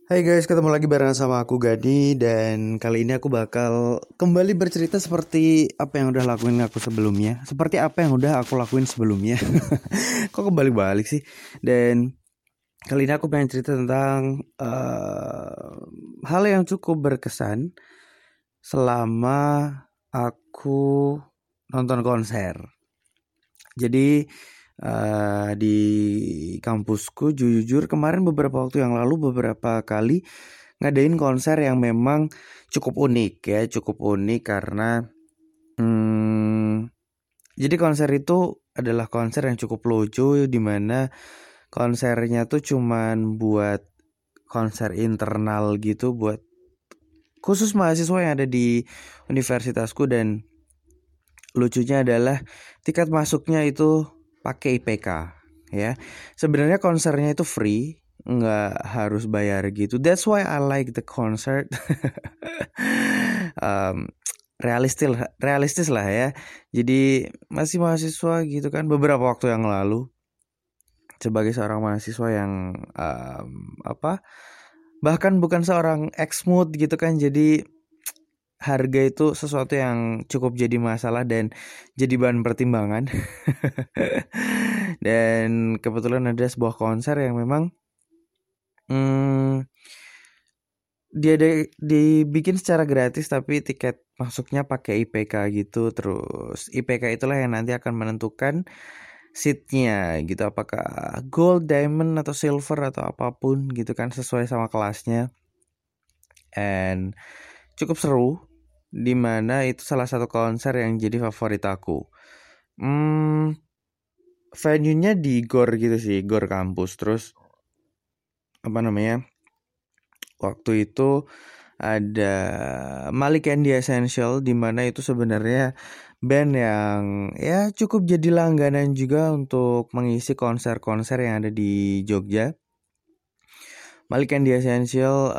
Hai guys, ketemu lagi bareng sama aku Gadi. Dan kali ini aku bakal kembali bercerita seperti apa yang udah lakuin aku sebelumnya. Seperti apa yang udah aku lakuin sebelumnya. Kok kebalik-balik sih. Dan kali ini aku pengen cerita tentang hal yang cukup berkesan selama aku nonton konser. Jadi di kampusku jujur kemarin beberapa waktu yang lalu beberapa kali ngadain konser yang memang cukup unik ya, cukup unik karena jadi konser itu adalah konser yang cukup lucu di mana konsernya tuh cuman buat konser internal gitu buat khusus mahasiswa yang ada di universitasku. Dan lucunya adalah tiket masuknya itu pakai IPK ya. Sebenarnya konsernya itu free, nggak harus bayar gitu. That's why I like the concert. um, realistis lah ya. Jadi masih mahasiswa gitu kan. Beberapa waktu yang lalu sebagai seorang mahasiswa yang bahkan bukan seorang ex-mood gitu kan. Jadi harga itu sesuatu yang cukup jadi masalah dan jadi bahan pertimbangan. Dan kebetulan ada sebuah konser yang memang dia dibikin secara gratis tapi tiket masuknya pakai IPK gitu. Terus IPK itulah yang nanti akan menentukan seatnya gitu, apakah gold, diamond atau silver atau apapun gitu kan, sesuai sama kelasnya. And cukup seru, dimana itu salah satu konser yang jadi favorit aku. Venue-nya di GOR gitu sih, GOR kampus. Terus waktu itu ada Malik and the Essential, di mana itu sebenarnya band yang ya cukup jadi langganan juga untuk mengisi konser-konser yang ada di Jogja. Malik and the Essential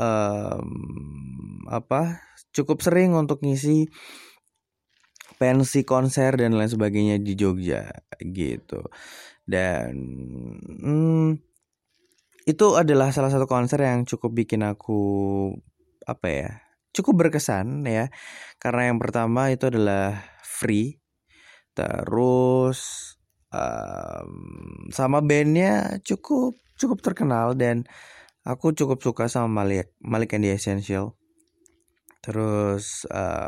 cukup sering untuk ngisi pensi konser dan lain sebagainya di Jogja gitu. Dan itu adalah salah satu konser yang cukup bikin aku cukup berkesan ya. Karena yang pertama itu adalah free. Terus sama bandnya cukup terkenal dan aku cukup suka sama Malik and the Essential. Terus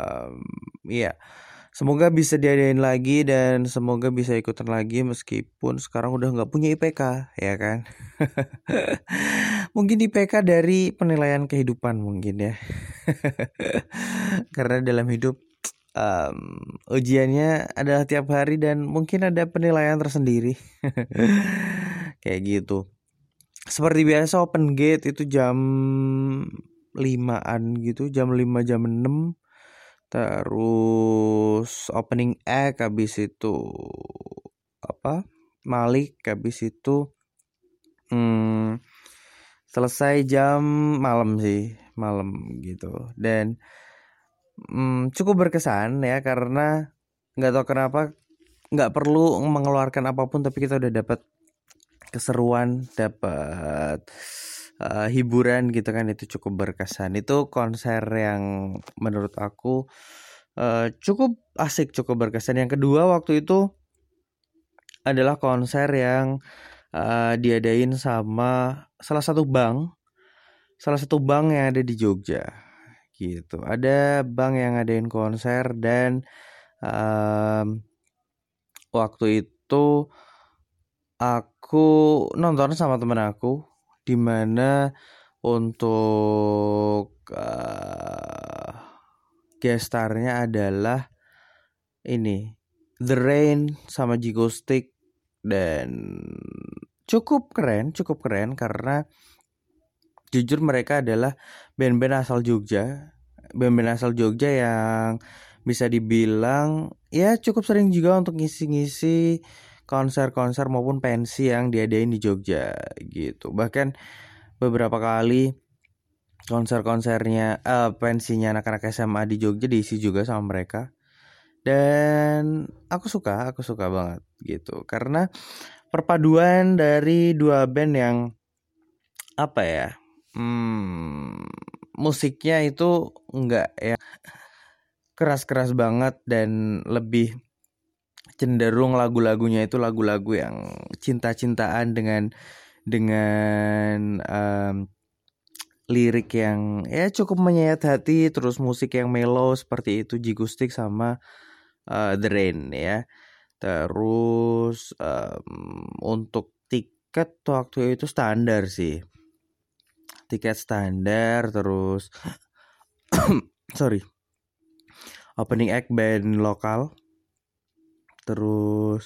semoga bisa diadain lagi dan semoga bisa ikutan lagi meskipun sekarang udah nggak punya IPK ya kan. Mungkin IPK dari penilaian kehidupan mungkin ya. Karena dalam hidup ujiannya adalah tiap hari dan mungkin ada penilaian tersendiri. Kayak gitu. Seperti biasa open gate itu jam 5-an gitu, jam 5 jam 6. Terus opening act, habis itu Malik, habis itu selesai jam malam gitu. Dan cukup berkesan ya, karena nggak tahu kenapa nggak perlu mengeluarkan apapun tapi kita udah dapat keseruan, dapat hiburan gitu kan. Itu cukup berkesan. Itu konser yang menurut aku cukup asik, cukup berkesan. Yang kedua waktu itu adalah konser yang diadain sama salah satu bank yang ada di Jogja gitu. Ada bank yang ngadain konser dan waktu itu aku nonton sama temen aku, di mana untuk guest starnya adalah ini The Rain sama Jigo Stick. Dan cukup keren karena jujur mereka adalah band-band asal Jogja yang bisa dibilang ya cukup sering juga untuk ngisi-ngisi konser-konser maupun pensi yang diadain di Jogja gitu. Bahkan beberapa kali konser-konsernya pensinya anak-anak SMA di Jogja diisi juga sama mereka. Dan aku suka banget gitu, karena perpaduan dari dua band yang musiknya itu nggak ya keras-keras banget dan lebih cenderung lagu-lagunya itu lagu-lagu yang cinta-cintaan dengan lirik yang ya cukup menyayat hati, terus musik yang mellow seperti itu Jigustik sama The Rain ya. Terus untuk tiket waktu itu standar sih. Tiket standar terus sorry. Opening act band lokal. Terus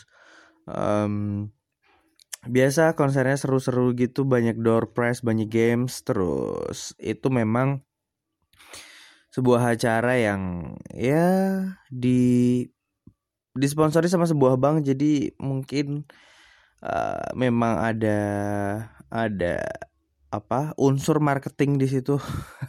biasa konsernya seru-seru gitu, banyak door prize, banyak games. Terus itu memang sebuah acara yang ya disponsori sama sebuah bank, jadi mungkin memang ada apa unsur marketing di situ.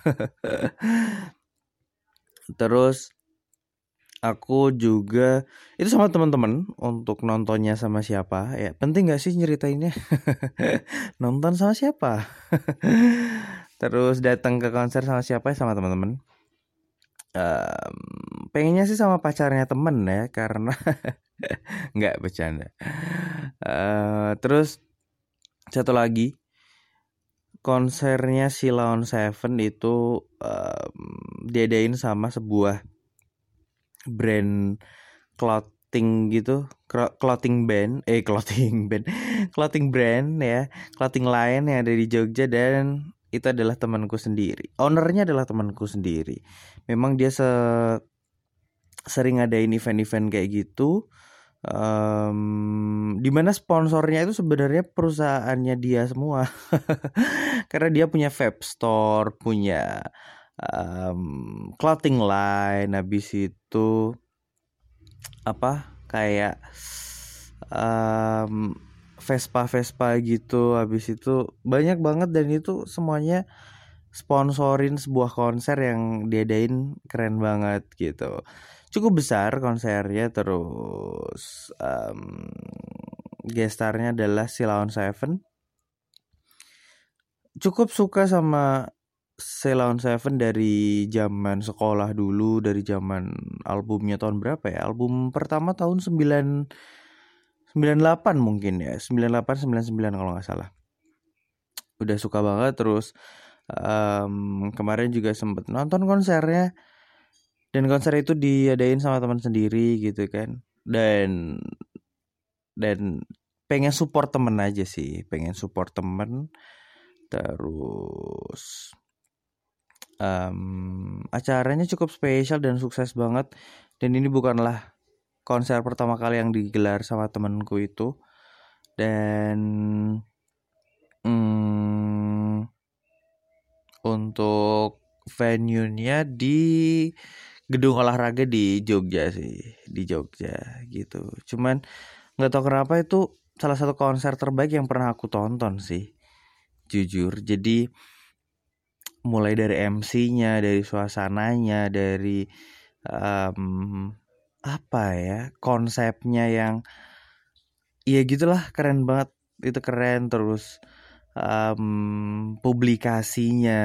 Terus aku juga itu sama teman-teman. Untuk nontonnya sama siapa ya penting gak sih nyeritainnya? Nonton sama siapa? Terus datang ke konser sama siapa? Sama teman-teman. Pengennya sih sama pacarnya temen ya, karena nggak bercanda. Terus satu lagi konsernya Sheila on 7 itu diadain sama sebuah brand clothing gitu, clothing brand ya, clothing line yang ada di Jogja, dan itu adalah temanku sendiri. Ownernya adalah temanku sendiri. Memang dia sering ngadain event-event kayak gitu. Dimana sponsornya itu sebenarnya perusahaannya dia semua. Karena dia punya vape store, punya clothing line, habis itu apa kayak Vespa gitu, habis itu banyak banget, dan itu semuanya sponsorin sebuah konser yang diadain keren banget gitu. Cukup besar konsernya. Terus gestarnya adalah Sheila on 7. Cukup suka sama Sheila on 7 dari zaman sekolah dulu, dari zaman albumnya tahun berapa ya? Album pertama tahun 98 mungkin ya, 98 99 kalau nggak salah. Udah suka banget. Terus kemarin juga sempet nonton konsernya, dan konser itu diadain sama teman sendiri gitu kan, dan pengen support temen aja sih, pengen support temen. Terus acaranya cukup spesial dan sukses banget, dan ini bukanlah konser pertama kali yang digelar sama temanku itu. Dan untuk venue-nya di gedung olahraga di Jogja sih, di Jogja gitu. Cuman nggak tahu kenapa itu salah satu konser terbaik yang pernah aku tonton sih, jujur. Jadi mulai dari MC-nya, dari suasananya, dari apa ya, konsepnya yang ya gitulah, keren banget. Itu keren. Terus publikasinya,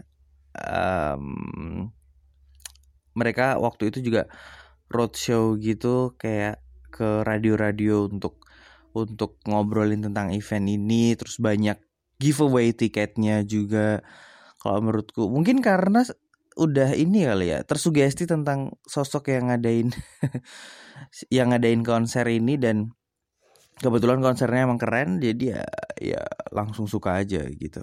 mereka waktu itu juga roadshow gitu, kayak ke radio-radio untuk ngobrolin tentang event ini. Terus banyak giveaway tiketnya juga. Kalau menurutku mungkin karena udah ini kali ya, tersugesti tentang sosok yang ngadain konser ini, dan kebetulan konsernya emang keren, jadi ya langsung suka aja gitu.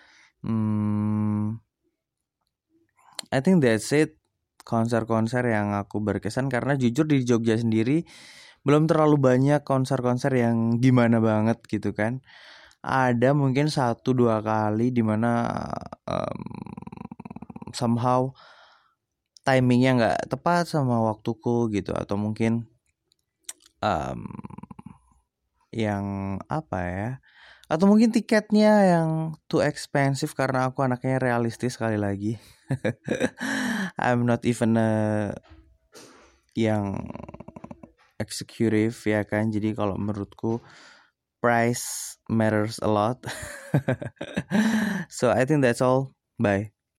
I think that's it, konser-konser yang aku berkesan. Karena jujur di Jogja sendiri belum terlalu banyak konser-konser yang gimana banget gitu kan. Ada mungkin 1-2 kali dimana somehow timingnya nggak tepat sama waktuku gitu, atau mungkin yang apa ya, atau mungkin tiketnya yang too expensive, karena aku anaknya realistis sekali lagi. I'm not even yang executive ya kan. Jadi kalau menurutku price matters a lot. So I think that's all. Bye.